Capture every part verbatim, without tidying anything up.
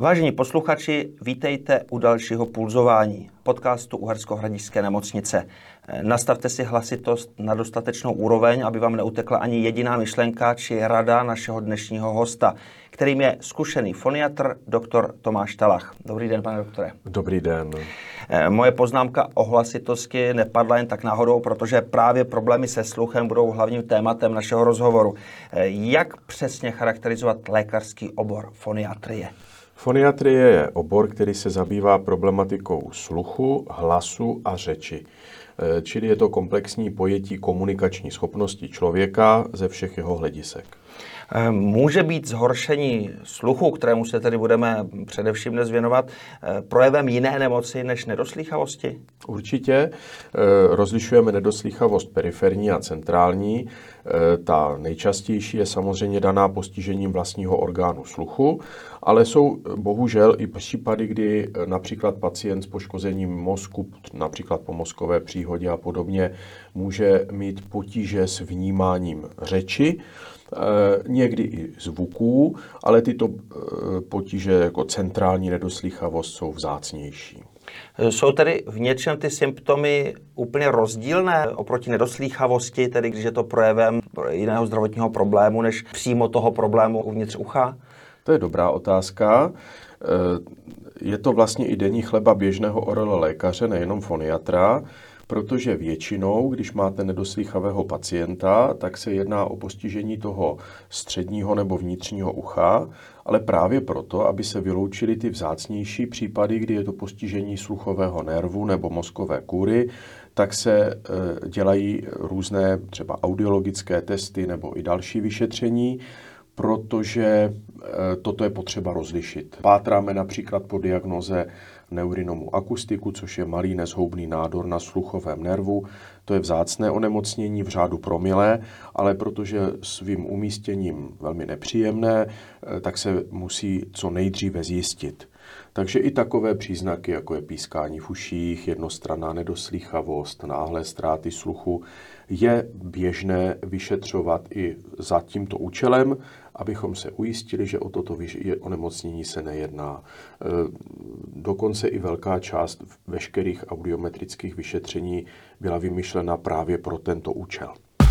Vážení posluchači, vítejte u dalšího pulzování podcastu Uherskohradišťské nemocnice. Nastavte si hlasitost na dostatečnou úroveň, aby vám neutekla ani jediná myšlenka či rada našeho dnešního hosta, kterým je zkušený foniatr doktor Tomáš Talach. Dobrý den, pane doktore. Dobrý den. Moje poznámka o hlasitosti nepadla jen tak náhodou, protože právě problémy se sluchem budou hlavním tématem našeho rozhovoru. Jak přesně charakterizovat lékařský obor foniatrie? Foniatrie je obor, který se zabývá problematikou sluchu, hlasu a řeči. Čili je to komplexní pojetí komunikační schopnosti člověka ze všech jeho hledisek. Může být zhoršení sluchu, kterému se tedy budeme především dnes věnovat, projevem jiné nemoci než nedoslýchavosti? Určitě. Rozlišujeme nedoslýchavost periferní a centrální. Ta nejčastější je samozřejmě daná postižením vlastního orgánu sluchu, ale jsou bohužel i případy, kdy například pacient s poškozením mozku, například po mozkové příhodě a podobně, může mít potíže s vnímáním řeči, někdy i zvuků, ale tyto potíže jako centrální nedoslýchavost jsou vzácnější. Jsou tedy v něčem ty symptomy úplně rozdílné oproti nedoslýchavosti, tedy když je to projevem jiného zdravotního problému, než přímo toho problému uvnitř ucha? To je dobrá otázka. Je to vlastně i denní chleba běžného O R L lékaře, nejenom foniatra, protože většinou, když máte nedoslýchavého pacienta, tak se jedná o postižení toho středního nebo vnitřního ucha, ale právě proto, aby se vyloučily ty vzácnější případy, kdy je to postižení sluchového nervu nebo mozkové kůry, tak se dělají různé třeba audiologické testy nebo i další vyšetření, protože toto je potřeba rozlišit. Pátráme například po diagnoze neurinomu akustiku, což je malý nezhoubný nádor na sluchovém nervu. To je vzácné onemocnění v řádu promile, ale protože svým umístěním velmi nepříjemné, tak se musí co nejdříve zjistit. Takže i takové příznaky, jako je pískání v uších, jednostranná nedoslýchavost, náhlé ztráty sluchu, je běžné vyšetřovat i za tímto účelem, abychom se ujistili, že o toto onemocnění se nejedná. Dokonce i velká část veškerých audiometrických vyšetření byla vymyšlena právě pro tento účel.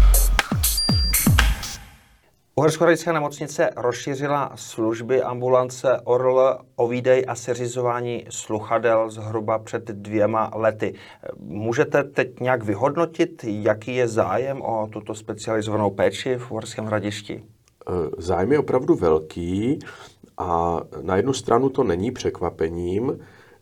Uherskohradišťská nemocnice rozšířila služby ambulance O R L o výdej a seřizování sluchadel zhruba před dvěma lety. Můžete teď nějak vyhodnotit, jaký je zájem o tuto specializovanou péči v Uherském Hradišti? Zájem je opravdu velký a na jednu stranu to není překvapením,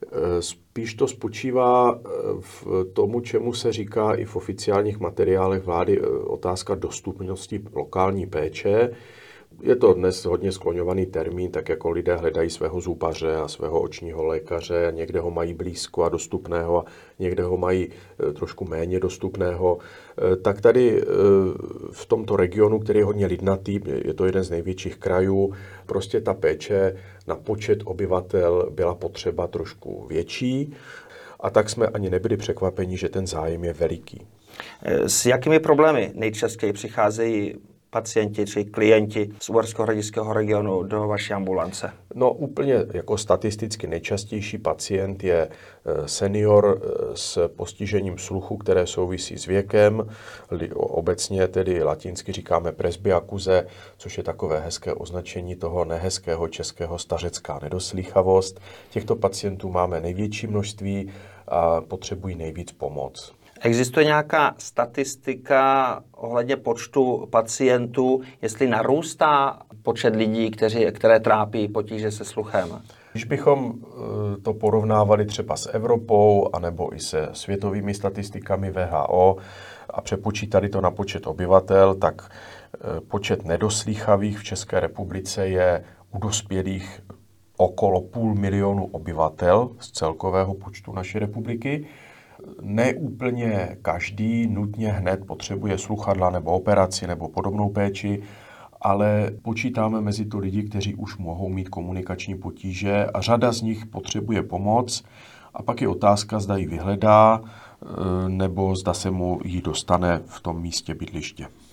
spíš to spočívá v tomu, čemu se říká i v oficiálních materiálech vlády otázka dostupnosti lokální péče. Je to dnes hodně skloňovaný termín, tak jako lidé hledají svého zubaře a svého očního lékaře, a někde ho mají blízko a dostupného a někde ho mají trošku méně dostupného. Tak tady v tomto regionu, který je hodně lidnatý, je to jeden z největších krajů, prostě ta péče na počet obyvatel byla potřeba trošku větší a tak jsme ani nebyli překvapeni, že ten zájem je veliký. S jakými problémy nejčastěji přicházejí pacienti či klienti z Uherskohradišťského regionu do vaší ambulance? No úplně jako statisticky nejčastější pacient je senior s postižením sluchu, které souvisí s věkem. Obecně tedy latinsky říkáme presbyakuze, což je takové hezké označení toho nehezkého českého stařecká nedoslýchavost. Těchto pacientů máme největší množství a potřebují nejvíc pomoc. Existuje nějaká statistika ohledně počtu pacientů, jestli narůstá počet lidí, kteří, které trápí potíže se sluchem? Když bychom to porovnávali třeba s Evropou anebo i se světovými statistikami W H O a přepočítali to na počet obyvatel, tak počet nedoslýchavých v České republice je u dospělých okolo půl milionu obyvatel z celkového počtu naší republiky. Ne úplně každý nutně hned potřebuje sluchadla nebo operaci nebo podobnou péči, ale počítáme mezi to lidi, kteří už mohou mít komunikační potíže a řada z nich potřebuje pomoc a pak je otázka, zda ji vyhledá nebo zda se mu ji dostane v tom místě bydliště.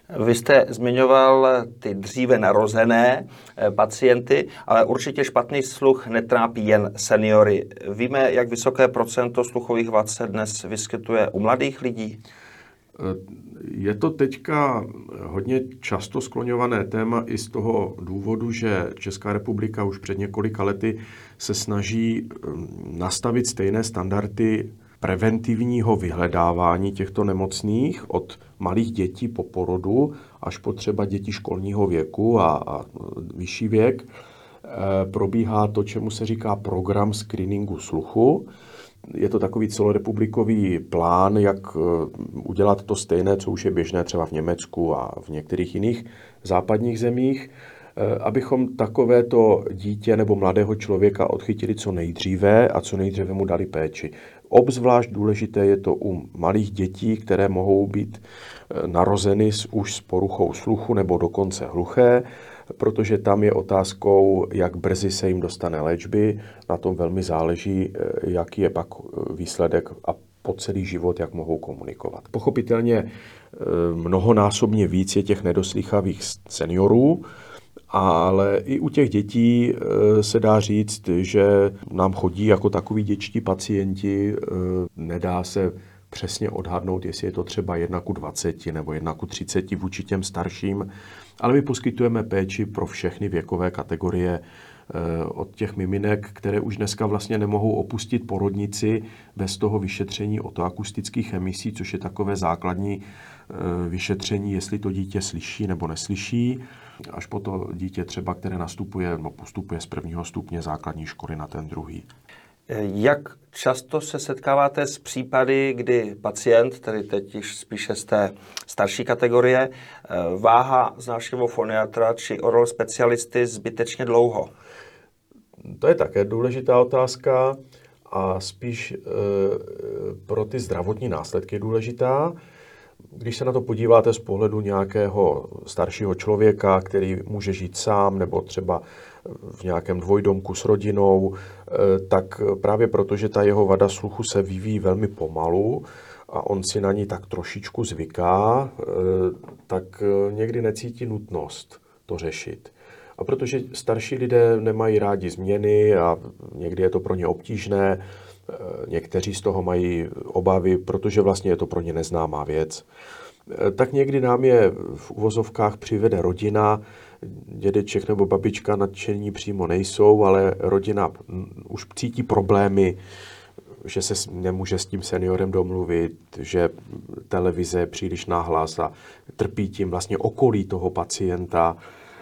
Vy jste zmiňoval ty dříve narozené pacienty, ale určitě špatný sluch netrápí jen seniory. Víme, jak vysoké procento sluchových vad se dnes vyskytuje u mladých lidí? Je to teďka hodně často skloňované téma i z toho důvodu, že Česká republika už před několika lety se snaží nastavit stejné standardy preventivního vyhledávání těchto nemocných od malých dětí po porodu až po třeba děti školního věku a, a vyšší věk. E, probíhá to, čemu se říká program screeningu sluchu. Je to takový celorepublikový plán, jak udělat to stejné, co už je běžné třeba v Německu a v některých jiných západních zemích, abychom takovéto dítě nebo mladého člověka odchytili co nejdříve a co nejdříve mu dali péči. Obzvlášť důležité je to u malých dětí, které mohou být narozeny už s poruchou sluchu nebo dokonce hluché, protože tam je otázkou, jak brzy se jim dostane léčby. Na tom velmi záleží, jaký je pak výsledek a po celý život, jak mohou komunikovat. Pochopitelně mnohonásobně víc je těch nedoslýchavých seniorů, ale i u těch dětí se dá říct, že nám chodí jako takoví dětští pacienti, nedá se přesně odhadnout, jestli je to třeba jedna ku dvaceti nebo jedna ku třiceti vůči těm starším, ale my poskytujeme péči pro všechny věkové kategorie od těch miminek, které už dneska vlastně nemohou opustit porodnici bez toho vyšetření otoakustických emisí, což je takové základní vyšetření, jestli to dítě slyší nebo neslyší, až po to dítě třeba, které nastupuje nebo postupuje z prvního stupně základní školy na ten druhý. Jak často se setkáváte s případy, kdy pacient, tedy teď již spíše z té starší kategorie, váhá s návštěvou foniatra či oral specialisty zbytečně dlouho? To je také důležitá otázka a spíš e, pro ty zdravotní následky je důležitá. Když se na to podíváte z pohledu nějakého staršího člověka, který může žít sám nebo třeba v nějakém dvojdomku s rodinou, tak právě proto, že ta jeho vada sluchu se vyvíjí velmi pomalu a on si na ní tak trošičku zvyká, tak někdy necítí nutnost to řešit. A protože starší lidé nemají rádi změny a někdy je to pro ně obtížné, někteří z toho mají obavy, protože vlastně je to pro ně neznámá věc, tak někdy nám je v uvozovkách přivede rodina, dědeček nebo babička nadšení přímo nejsou, ale rodina už cítí problémy, že se nemůže s tím seniorem domluvit, že televize je příliš nahlas a trpí tím vlastně okolí toho pacienta.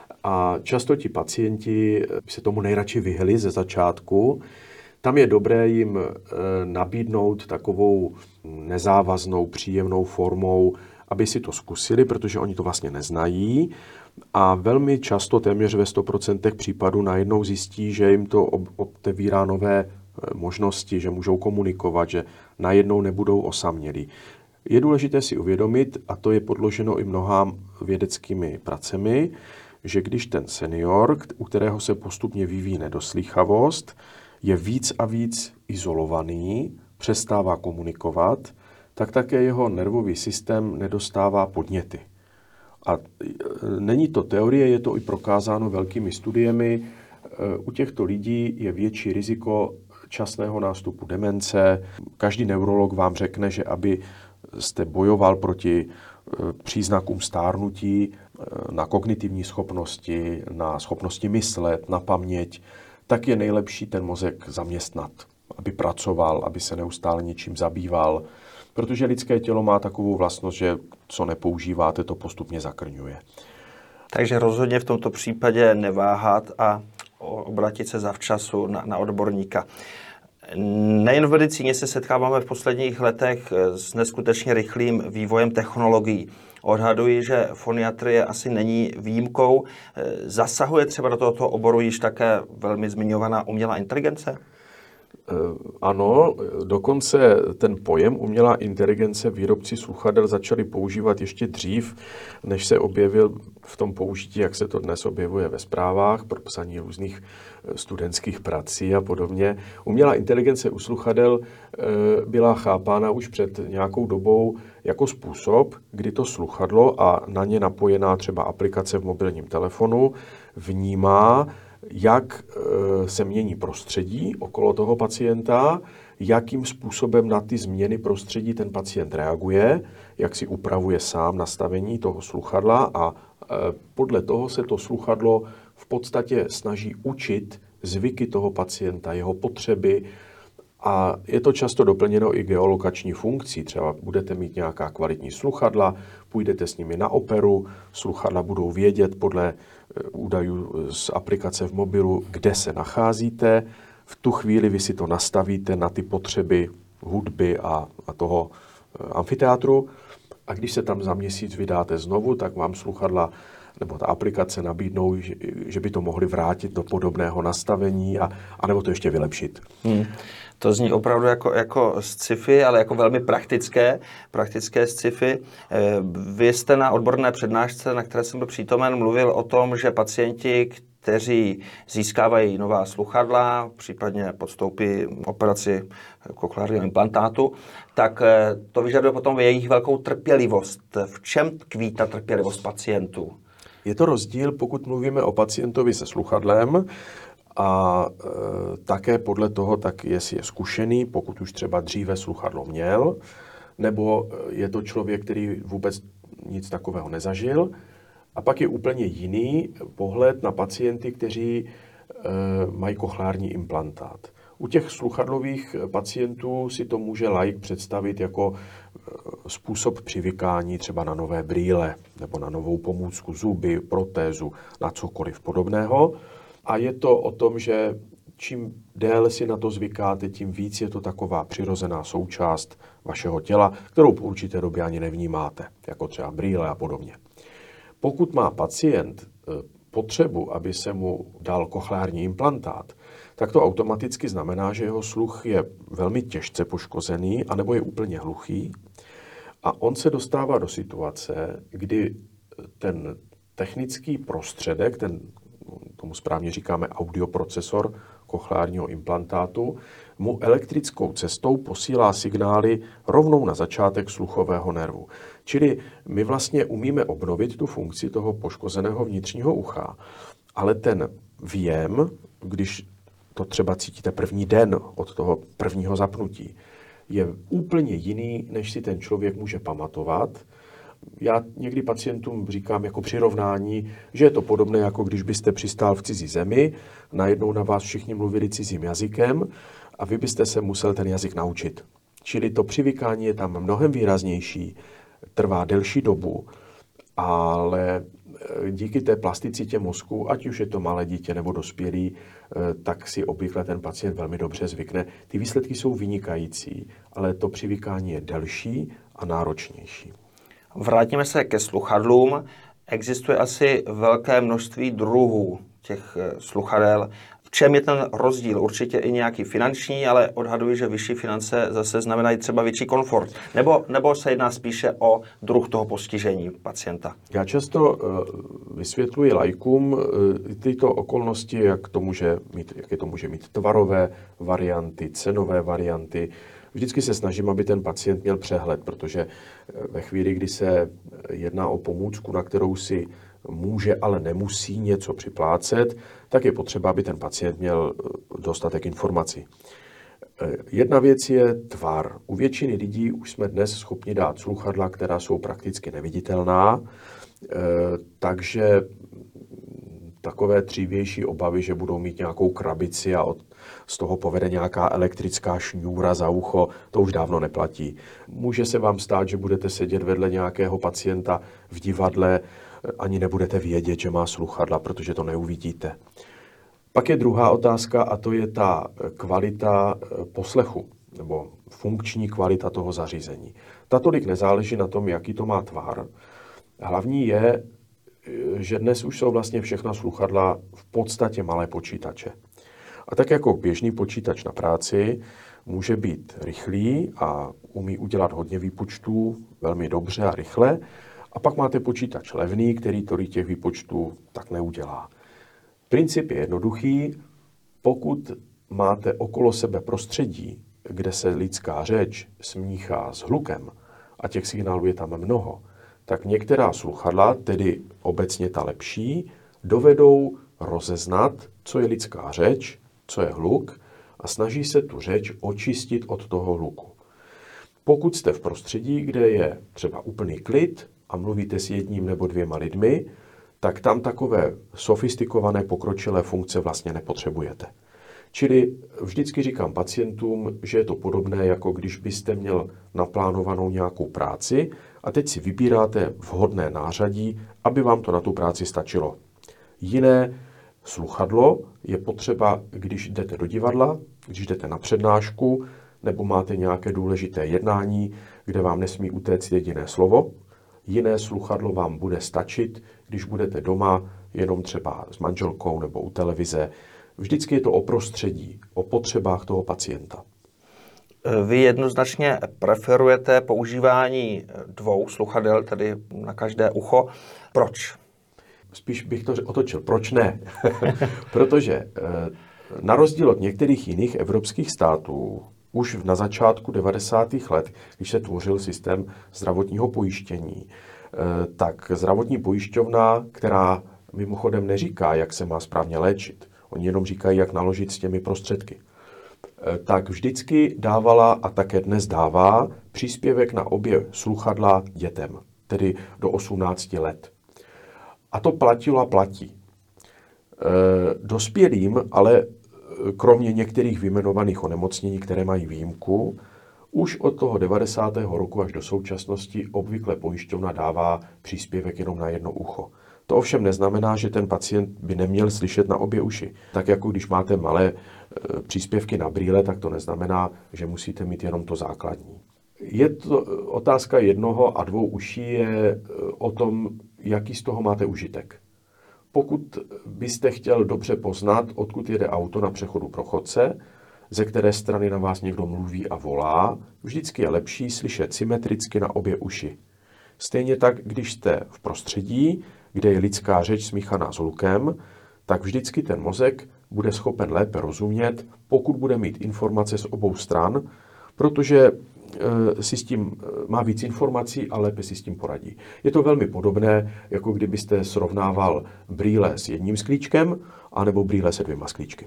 A často ti pacienti se tomu nejradši vyhli ze začátku. Tam je dobré jim nabídnout takovou nezávaznou, příjemnou formou, aby si to zkusili, protože oni to vlastně neznají. A velmi často, téměř ve sto procent případů, najednou zjistí, že jim to otevírá nové možnosti, že můžou komunikovat, že najednou nebudou osamělí. Je důležité si uvědomit, a to je podloženo i mnoha vědeckými pracemi, že když ten senior, u kterého se postupně vyvíjí nedoslýchavost, je víc a víc izolovaný, přestává komunikovat, tak také jeho nervový systém nedostává podněty. A není to teorie, je to i prokázáno velkými studiemi. U těchto lidí je větší riziko časného nástupu demence. Každý neurolog vám řekne, že aby jste bojoval proti příznakům stárnutí, na kognitivní schopnosti, na schopnosti myslet, na paměť, tak je nejlepší ten mozek zaměstnat, aby pracoval, aby se neustále něčím zabýval, protože lidské tělo má takovou vlastnost, že co nepoužíváte, to postupně zakrňuje. Takže rozhodně v tomto případě neváhat a obratit se zavčasu na, na odborníka. Nejen v medicíně se setkáváme v posledních letech s neskutečně rychlým vývojem technologií. Odhaduji, že foniatrie asi není výjimkou. Zasahuje třeba do tohoto oboru již také velmi zmiňovaná umělá inteligence? Ano, dokonce ten pojem umělá inteligence výrobci sluchadel začali používat ještě dřív, než se objevil v tom použití, jak se to dnes objevuje ve zprávách, pro psaní různých studentských prací a podobně. Umělá inteligence u sluchadel byla chápána už před nějakou dobou jako způsob, kdy to sluchadlo a na ně napojená třeba aplikace v mobilním telefonu vnímá, jak se mění prostředí okolo toho pacienta, jakým způsobem na ty změny prostředí ten pacient reaguje, jak si upravuje sám nastavení toho sluchadla a podle toho se to sluchadlo v podstatě snaží učit zvyky toho pacienta, jeho potřeby a je to často doplněno i geolokační funkcí. Třeba budete mít nějaká kvalitní sluchadla, půjdete s nimi na operu, sluchadla budou vědět podle údajů z aplikace v mobilu, kde se nacházíte. V tu chvíli vy si to nastavíte na ty potřeby hudby a, a toho amfiteátru. A když se tam za měsíc vydáte znovu, tak vám sluchadla nebo ta aplikace nabídnou, že, že by to mohli vrátit do podobného nastavení a, a nebo to ještě vylepšit. Hmm. To zní opravdu jako, jako sci-fi, ale jako velmi praktické, praktické sci-fi. Vy jste na odborné přednášce, na které jsem byl přítomen, mluvil o tom, že pacienti, kteří získávají nová sluchadla, případně podstoupí operaci kochleárního implantátu, tak to vyžaduje potom jejich velkou trpělivost. V čem tkví ta trpělivost pacientů? Je to rozdíl, pokud mluvíme o pacientovi se sluchadlem, a e, také podle toho, tak jestli je zkušený, pokud už třeba dříve sluchadlo měl, nebo je to člověk, který vůbec nic takového nezažil. A pak je úplně jiný pohled na pacienty, kteří e, mají kochleární implantát. U těch sluchadlových pacientů si to může laik představit jako způsob přivykání třeba na nové brýle nebo na novou pomůcku, zuby, protézu, na cokoliv podobného. A je to o tom, že čím déle si na to zvykáte, tím víc je to taková přirozená součást vašeho těla, kterou po určité době ani nevnímáte, jako třeba brýle a podobně. Pokud má pacient potřebu, aby se mu dal kochleární implantát, tak to automaticky znamená, že jeho sluch je velmi těžce poškozený anebo je úplně hluchý a on se dostává do situace, kdy ten technický prostředek, ten, tomu správně říkáme audioprocesor kochleárního implantátu, mu elektrickou cestou posílá signály rovnou na začátek sluchového nervu. Čili my vlastně umíme obnovit tu funkci toho poškozeného vnitřního ucha, ale ten věm, když to třeba cítíte první den od toho prvního zapnutí, je úplně jiný, než si ten člověk může pamatovat. Já někdy pacientům říkám jako přirovnání, že je to podobné, jako když byste přistál v cizí zemi, najednou na vás všichni mluvili cizím jazykem a vy byste se musel ten jazyk naučit. Čili to přivykání je tam mnohem výraznější, trvá delší dobu, ale díky té plasticitě mozku, ať už je to malé dítě nebo dospělý, tak si obvykle ten pacient velmi dobře zvykne. Ty výsledky jsou vynikající, ale to přivykání je delší a náročnější. Vrátíme se ke sluchadlům. Existuje asi velké množství druhů těch sluchadel. V čem je ten rozdíl? Určitě i nějaký finanční, ale odhaduji, že vyšší finance zase znamenají třeba větší komfort. Nebo, nebo se jedná spíše o druh toho postižení pacienta? Já často uh, vysvětluji laikům uh, tyto okolnosti, jak, to může mít, jak je to může mít tvarové varianty, cenové varianty. Vždycky se snažím, aby ten pacient měl přehled, protože ve chvíli, kdy se jedná o pomůcku, na kterou si může, ale nemusí něco připlácet, tak je potřeba, aby ten pacient měl dostatek informací. Jedna věc je tvar. U většiny lidí už jsme dnes schopni dát sluchadla, která jsou prakticky neviditelná, takže takové dřívější obavy, že budou mít nějakou krabici a od, z toho povede nějaká elektrická šňůra za ucho, to už dávno neplatí. Může se vám stát, že budete sedět vedle nějakého pacienta v divadle, ani nebudete vědět, že má sluchadla, protože to neuvidíte. Pak je druhá otázka a to je ta kvalita poslechu nebo funkční kvalita toho zařízení. Ta tolik nezáleží na tom, jaký to má tvar. Hlavní je, že dnes už jsou vlastně všechna sluchadla v podstatě malé počítače. A tak jako běžný počítač na práci může být rychlý a umí udělat hodně výpočtů velmi dobře a rychle. A pak máte počítač levný, který tolik těch výpočtů tak neudělá. Princip je jednoduchý. Pokud máte okolo sebe prostředí, kde se lidská řeč smíchá s hlukem a těch signálů je tam mnoho, tak některá sluchadla, tedy obecně ta lepší, dovedou rozeznat, co je lidská řeč, co je hluk a snaží se tu řeč očistit od toho hluku. Pokud jste v prostředí, kde je třeba úplný klid a mluvíte s jedním nebo dvěma lidmi, tak tam takové sofistikované pokročilé funkce vlastně nepotřebujete. Čili vždycky říkám pacientům, že je to podobné, jako když byste měl naplánovanou nějakou práci a teď si vybíráte vhodné nářadí, aby vám to na tu práci stačilo. Jiné sluchadlo je potřeba, když jdete do divadla, když jdete na přednášku, nebo máte nějaké důležité jednání, kde vám nesmí utéct jediné slovo. Jiné sluchadlo vám bude stačit, když budete doma jenom třeba s manželkou nebo u televize. Vždycky je to o prostředí, o potřebách toho pacienta. Vy jednoznačně preferujete používání dvou sluchadel, tedy na každé ucho. Proč? Spíš bych to otočil. Proč ne? Protože na rozdíl od některých jiných evropských států, už na začátku devadesátých let, když se tvořil systém zdravotního pojištění, tak zdravotní pojišťovna, která mimochodem neříká, jak se má správně léčit, oni jenom říkají, jak naložit s těmi prostředky, tak vždycky dávala a také dnes dává příspěvek na obě sluchadla dětem, tedy do osmnácti let. A to platilo a platí. Dospělým, ale kromě některých vyjmenovaných onemocnění, které mají výjimku, už od toho devadesátého roku až do současnosti obvykle pojišťovna dává příspěvek jenom na jedno ucho. To ovšem neznamená, že ten pacient by neměl slyšet na obě uši. Tak jako když máte malé příspěvky na brýle, tak to neznamená, že musíte mít jenom to základní. Je to otázka jednoho a dvou uší je o tom, jaký z toho máte užitek. Pokud byste chtěl dobře poznat, odkud jede auto na přechodu pro chodce, ze které strany na vás někdo mluví a volá, vždycky je lepší slyšet symetricky na obě uši. Stejně tak, když jste v prostředí, kde je lidská řeč smíchaná s hlukem, tak vždycky ten mozek bude schopen lépe rozumět, pokud bude mít informace z obou stran, protože si s tím má víc informací a lépe si s tím poradí. Je to velmi podobné, jako kdybyste srovnával brýle s jedním sklíčkem anebo brýle se dvěma sklíčky.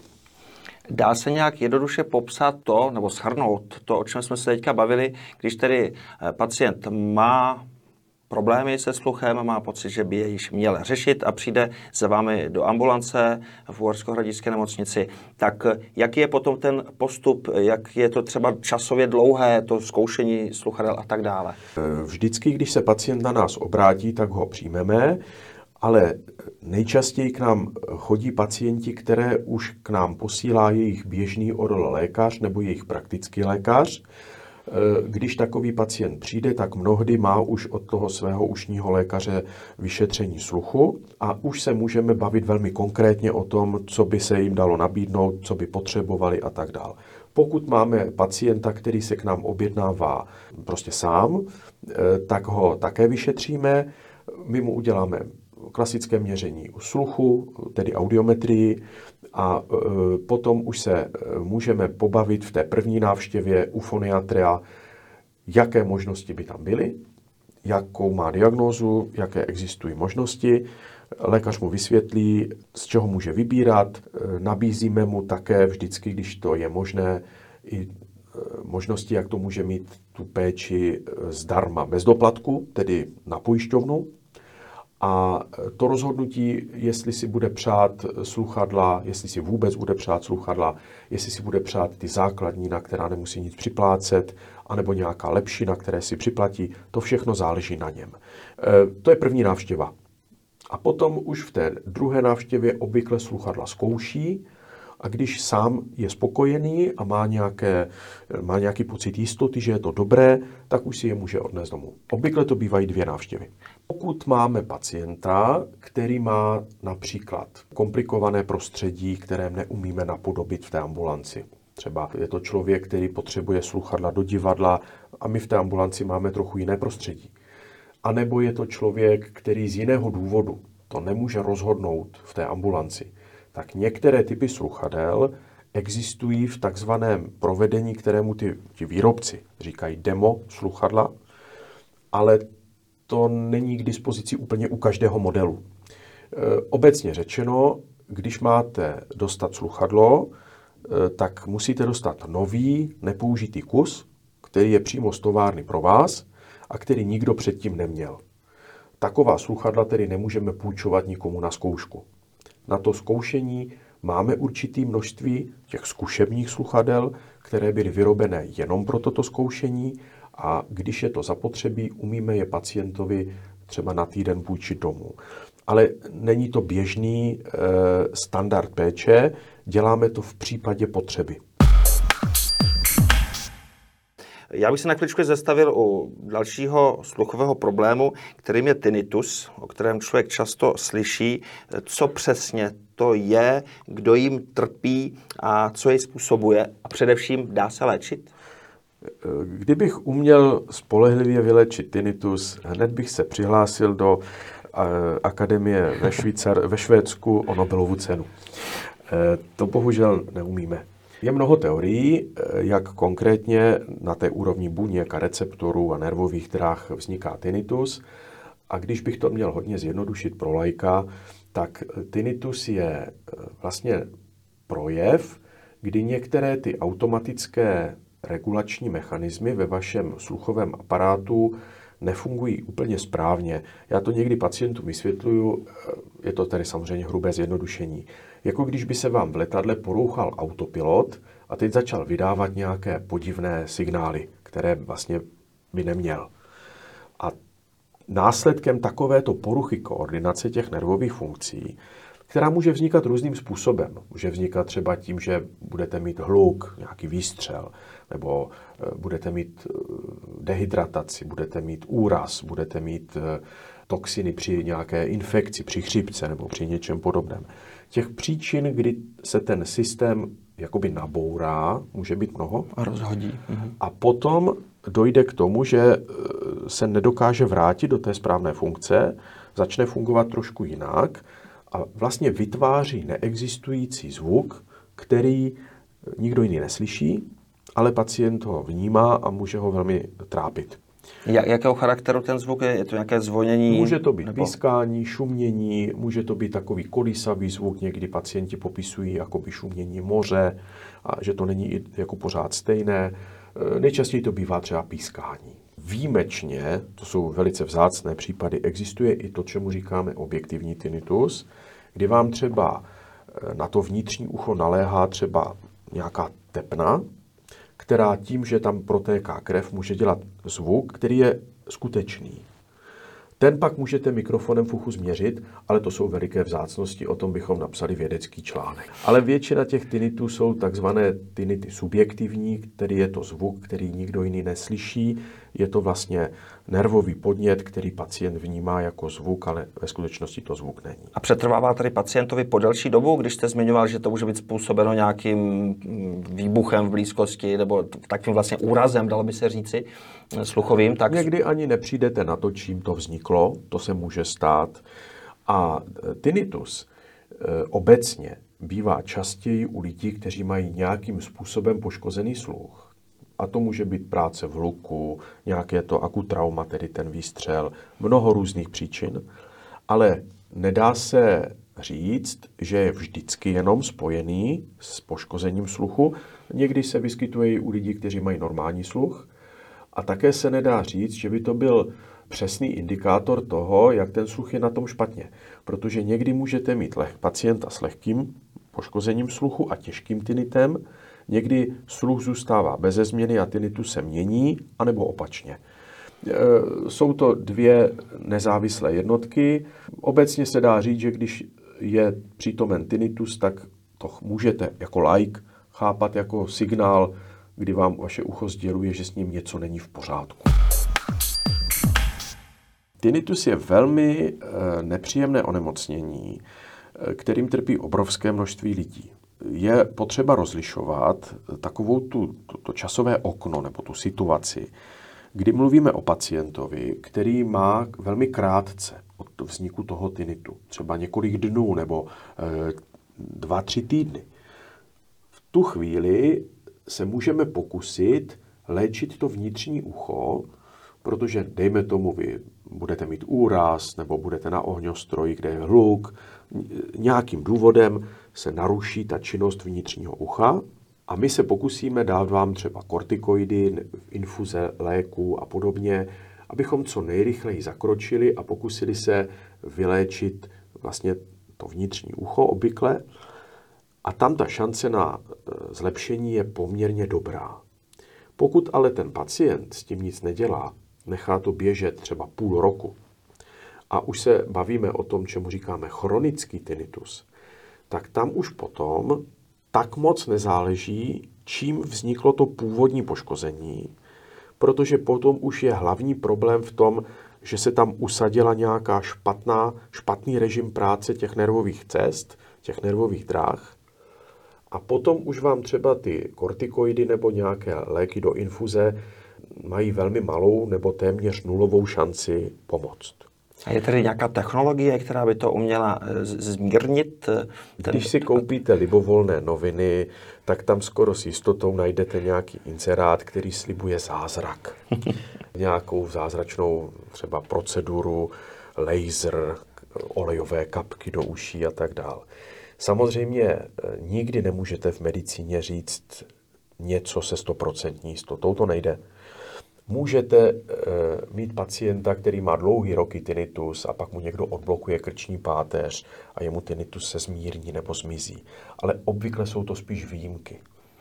Dá se nějak jednoduše popsat to, nebo shrnout to, o čem jsme se teďka bavili, když tedy pacient má problémy se sluchem, má pocit, že by je již měl řešit a přijde za vámi do ambulance v Uherskohradišťské nemocnici, tak jaký je potom ten postup, jak je to třeba časově dlouhé, to zkoušení sluchadel a tak dále? Vždycky, když se pacient na nás obrátí, tak ho přijmeme, ale nejčastěji k nám chodí pacienti, které už k nám posílá jejich běžný oral lékař nebo jejich praktický lékař. Když takový pacient přijde, tak mnohdy má už od toho svého ušního lékaře vyšetření sluchu a už se můžeme bavit velmi konkrétně o tom, co by se jim dalo nabídnout, co by potřebovali a tak dále. Pokud máme pacienta, který se k nám objednává prostě sám, tak ho také vyšetříme. My mu uděláme klasické měření sluchu, tedy audiometrii, a e, potom už se e, můžeme pobavit v té první návštěvě u foniatra, jaké možnosti by tam byly, jakou má diagnózu, jaké existují možnosti. Lékař mu vysvětlí, z čeho může vybírat. E, nabízíme mu také vždycky, když to je možné, i e, možnosti, jak to může mít tu péči zdarma, bez doplatku, tedy na pojišťovnu. A to rozhodnutí, jestli si bude přát sluchadla, jestli si vůbec bude přát sluchadla, jestli si bude přát ty základní, na která nemusí nic připlácet, anebo nějaká lepší, na které si připlatí, to všechno záleží na něm. E, to je první návštěva. A potom už v té druhé návštěvě obvykle sluchadla zkouší A když sám je spokojený a má, nějaké, má nějaký pocit jistoty, že je to dobré, tak už si je může odnést domů. Obvykle to bývají dvě návštěvy. Pokud máme pacienta, který má například komplikované prostředí, které neumíme napodobit v té ambulanci. Třeba je to člověk, který potřebuje sluchadla do divadla a my v té ambulanci máme trochu jiné prostředí. A nebo je to člověk, který z jiného důvodu to nemůže rozhodnout v té ambulanci. Tak některé typy sluchadel existují v takzvaném provedení, kterému ty, ty výrobci říkají demo sluchadla, ale to není k dispozici úplně u každého modelu. E, obecně řečeno, když máte dostat sluchadlo, e, tak musíte dostat nový, nepoužitý kus, který je přímo z továrny pro vás a který nikdo předtím neměl. Taková sluchadla tedy nemůžeme půjčovat nikomu na zkoušku. Na to zkoušení máme určité množství těch zkušebních sluchadel, které byly vyrobené jenom pro toto zkoušení a když je to zapotřebí, umíme je pacientovi třeba na týden půjčit domů. Ale není to běžný e, standard péče, děláme to v případě potřeby. Já bych se na chvíličku zastavil u dalšího sluchového problému, kterým je tinnitus, o kterém člověk často slyší. Co přesně to je, kdo jim trpí a co jej způsobuje a především dá se léčit? Kdybych uměl spolehlivě vylečit tinnitus, hned bych se přihlásil do akademie ve, Švýcar, ve Švédsku o Nobelovu cenu. To bohužel neumíme. Je mnoho teorií, jak konkrétně na té úrovni buněk a receptorů a nervových dráh vzniká tinnitus. A když bych to měl hodně zjednodušit pro laika, tak tinnitus je vlastně projev, kdy některé ty automatické regulační mechanismy ve vašem sluchovém aparátu nefungují úplně správně. Já to někdy pacientům vysvětluju, je to tedy samozřejmě hrubé zjednodušení. Jako když by se vám v letadle porouchal autopilot a teď začal vydávat nějaké podivné signály, které vlastně by neměl. A následkem takovéto poruchy koordinace těch nervových funkcí, která může vznikat různým způsobem. Může vznikat třeba tím, že budete mít hluk, nějaký výstřel, nebo budete mít dehydrataci, budete mít úraz, budete mít toxiny při nějaké infekci, při chřipce nebo při něčem podobném. Těch příčin, kdy se ten systém jakoby nabourá, může být mnoho. A rozhodí. Mhm. A potom dojde k tomu, že se nedokáže vrátit do té správné funkce, začne fungovat trošku jinak a vlastně vytváří neexistující zvuk, který nikdo jiný neslyší, ale pacient ho vnímá a může ho velmi trápit. Jak, jakého charakteru ten zvuk je? Je to nějaké zvonění? Může to být nebo... pískání, šumění, může to být takový kolísavý zvuk, někdy pacienti popisují jakoby šumění moře, a že to není jako pořád stejné. Nejčastěji to bývá třeba pískání. Výjimečně, to jsou velice vzácné případy, existuje i to, čemu říkáme objektivní tinnitus, kdy vám třeba na to vnitřní ucho naléhá třeba nějaká tepna, která tím, že tam protéká krev, může dělat zvuk, který je skutečný. Ten pak můžete mikrofonem v uchu změřit, ale to jsou veliké vzácnosti, o tom bychom napsali vědecký článek. Ale většina těch tinnitů jsou takzvané tinnity subjektivní, který je to zvuk, který nikdo jiný neslyší. Je to vlastně nervový podnět, který pacient vnímá jako zvuk, ale ve skutečnosti to zvuk není. A přetrvává tady pacientovi po delší dobu, když jste zmiňoval, že to může být způsobeno nějakým výbuchem v blízkosti nebo takovým vlastně úrazem, dalo by se říci, sluchovým, tak... Někdy ani nepřijdete na to, čím to vzniklo, to se může stát. A tinnitus e, obecně bývá častěji u lidí, kteří mají nějakým způsobem poškozený sluch. A to může být práce v hluku, nějaké to akutrauma, tedy ten výstřel, mnoho různých příčin. Ale nedá se říct, že je vždycky jenom spojený s poškozením sluchu. Někdy se vyskytuje i u lidí, kteří mají normální sluch. A také se nedá říct, že by to byl přesný indikátor toho, jak ten sluch je na tom špatně. Protože někdy můžete mít leh, pacienta s lehkým poškozením sluchu a těžkým tinnitem, někdy sluch zůstává beze změny a tinnitus se mění, anebo opačně. Jsou to dvě nezávislé jednotky. Obecně se dá říct, že když je přítomen tinnitus, tak to můžete jako laik chápat jako signál, kdy vám vaše ucho sděluje, že s ním něco není v pořádku. Tinnitus je velmi e, nepříjemné onemocnění, e, kterým trpí obrovské množství lidí. Je potřeba rozlišovat takovou tu, to, to časové okno nebo tu situaci, kdy mluvíme o pacientovi, který má velmi krátce od vzniku toho tinnitu, třeba několik dnů nebo e, dva, tři týdny. V tu chvíli se můžeme pokusit léčit to vnitřní ucho, protože dejme tomu, vy budete mít úraz nebo budete na ohňostroji, kde je hluk, nějakým důvodem se naruší ta činnost vnitřního ucha a my se pokusíme dát vám třeba kortikoidy, infuze léků a podobně, abychom co nejrychleji zakročili a pokusili se vyléčit vlastně to vnitřní ucho obvykle. A tam ta šance na zlepšení je poměrně dobrá. Pokud ale ten pacient s tím nic nedělá, nechá to běžet třeba půl roku a už se bavíme o tom, čemu říkáme chronický tinnitus, tak tam už potom tak moc nezáleží, čím vzniklo to původní poškození, protože potom už je hlavní problém v tom, že se tam usadila nějaká špatná, špatný režim práce těch nervových cest, těch nervových dráh. A potom už vám třeba ty kortikoidy nebo nějaké léky do infuze mají velmi malou nebo téměř nulovou šanci pomoct. A je tedy nějaká technologie, která by to uměla zmírnit? Ten... Když si koupíte libovolné noviny, tak tam skoro s jistotou najdete nějaký inzerát, který slibuje zázrak. Nějakou zázračnou třeba proceduru, laser, olejové kapky do uší a tak dále. Samozřejmě nikdy nemůžete v medicíně říct něco se stoprocentní jistotou, to nejde. Můžete e, mít pacienta, který má dlouhý roky tinnitus a pak mu někdo odblokuje krční páteř a jemu tinnitus se zmírní nebo zmizí. Ale obvykle jsou to spíš výjimky.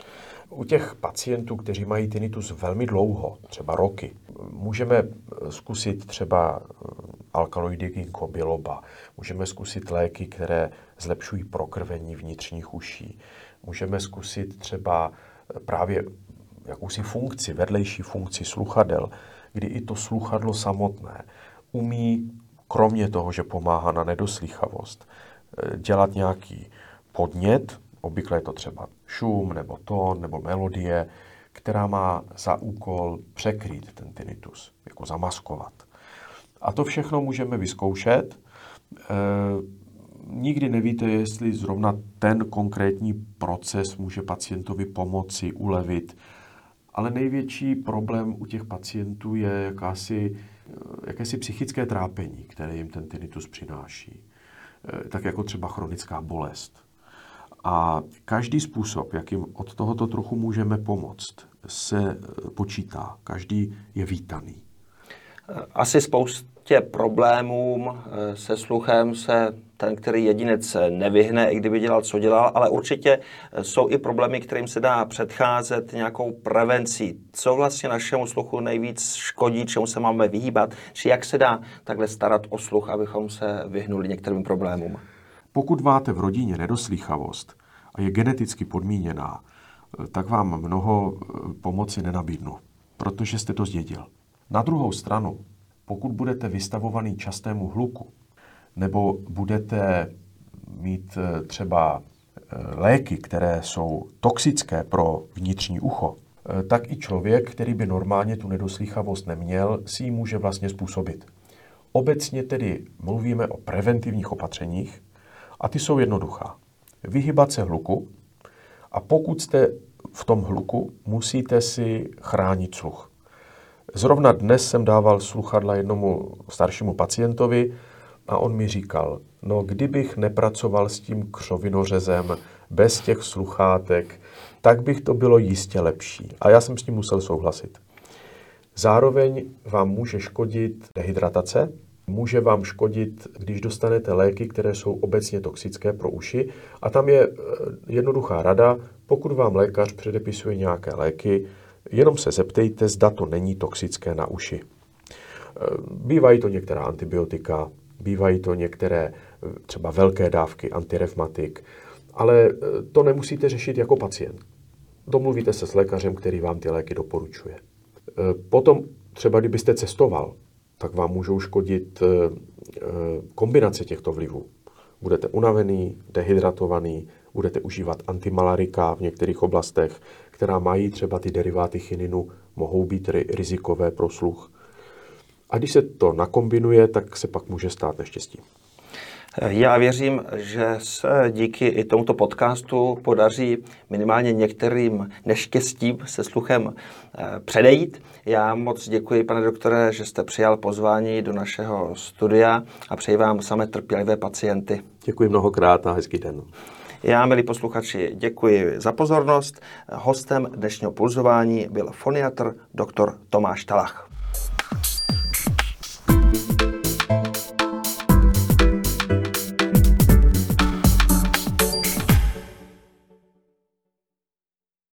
U těch pacientů, kteří mají tinnitus velmi dlouho, třeba roky, můžeme zkusit třeba alkaloidy ginkgo biloba, můžeme zkusit léky, které zlepšují prokrvení vnitřních uší, můžeme zkusit třeba právě jakousi funkci, vedlejší funkci sluchadel, kdy i to sluchadlo samotné umí, kromě toho, že pomáhá na nedoslýchavost, dělat nějaký podnět, obvykle je to třeba šum, nebo tón, nebo melodie, která má za úkol překrýt ten tinnitus, jako zamaskovat. A to všechno můžeme vyzkoušet. E, nikdy nevíte, jestli zrovna ten konkrétní proces může pacientovi pomoci, ulevit, ale největší problém u těch pacientů je jakási, jakési psychické trápení, které jim ten tinnitus přináší. E, tak jako třeba chronická bolest. A každý způsob, jakým od tohoto trochu můžeme pomoct, se počítá. Každý je vítaný. Asi spoustě problémům se sluchem se ten, který jedinec nevyhne, i kdyby dělal, co dělal, ale určitě jsou i problémy, kterým se dá předcházet nějakou prevencí. Co vlastně našemu sluchu nejvíc škodí, čemu se máme vyhýbat, či jak se dá takhle starat o sluch, abychom se vyhnuli některým problémům. Pokud máte v rodině nedoslýchavost a je geneticky podmíněná, tak vám mnoho pomoci nenabídnu, protože jste to zdědil. Na druhou stranu, pokud budete vystavovaný častému hluku, nebo budete mít třeba léky, které jsou toxické pro vnitřní ucho, tak i člověk, který by normálně tu nedoslýchavost neměl, si ji může vlastně způsobit. Obecně tedy mluvíme o preventivních opatřeních a ty jsou jednoduchá. Vyhybat se hluku a pokud jste v tom hluku, musíte si chránit sluch. Zrovna dnes jsem dával sluchadla jednomu staršímu pacientovi a on mi říkal, no kdybych nepracoval s tím křovinořezem bez těch sluchátek, tak bych to bylo jistě lepší. A já jsem s tím musel souhlasit. Zároveň vám může škodit dehydratace, může vám škodit, když dostanete léky, které jsou obecně toxické pro uši. A tam je jednoduchá rada, pokud vám lékař předepisuje nějaké léky, jenom se zeptejte, zda to není toxické na uši. Bývají to některá antibiotika, bývají to některé třeba velké dávky antirevmatik Ale to nemusíte řešit jako pacient. Domluvíte se s lékařem, který vám ty léky doporučuje. Potom třeba kdybyste cestoval, tak vám můžou škodit kombinace těchto vlivů. Budete unavený, dehydratovaný, budete užívat antimalarika v některých oblastech, která mají třeba ty deriváty chininu, mohou být rizikové pro sluch. A když se to nakombinuje, tak se pak může stát neštěstí. Já věřím, že se díky i tomuto podcastu podaří minimálně některým neštěstím se sluchem předejít. Já moc děkuji, pane doktore, že jste přijal pozvání do našeho studia a přeji vám samé trpělivé pacienty. Děkuji mnohokrát a hezký den. Já, milí posluchači, děkuji za pozornost. Hostem dnešního pulzování byl foniatr doktor Tomáš Talach.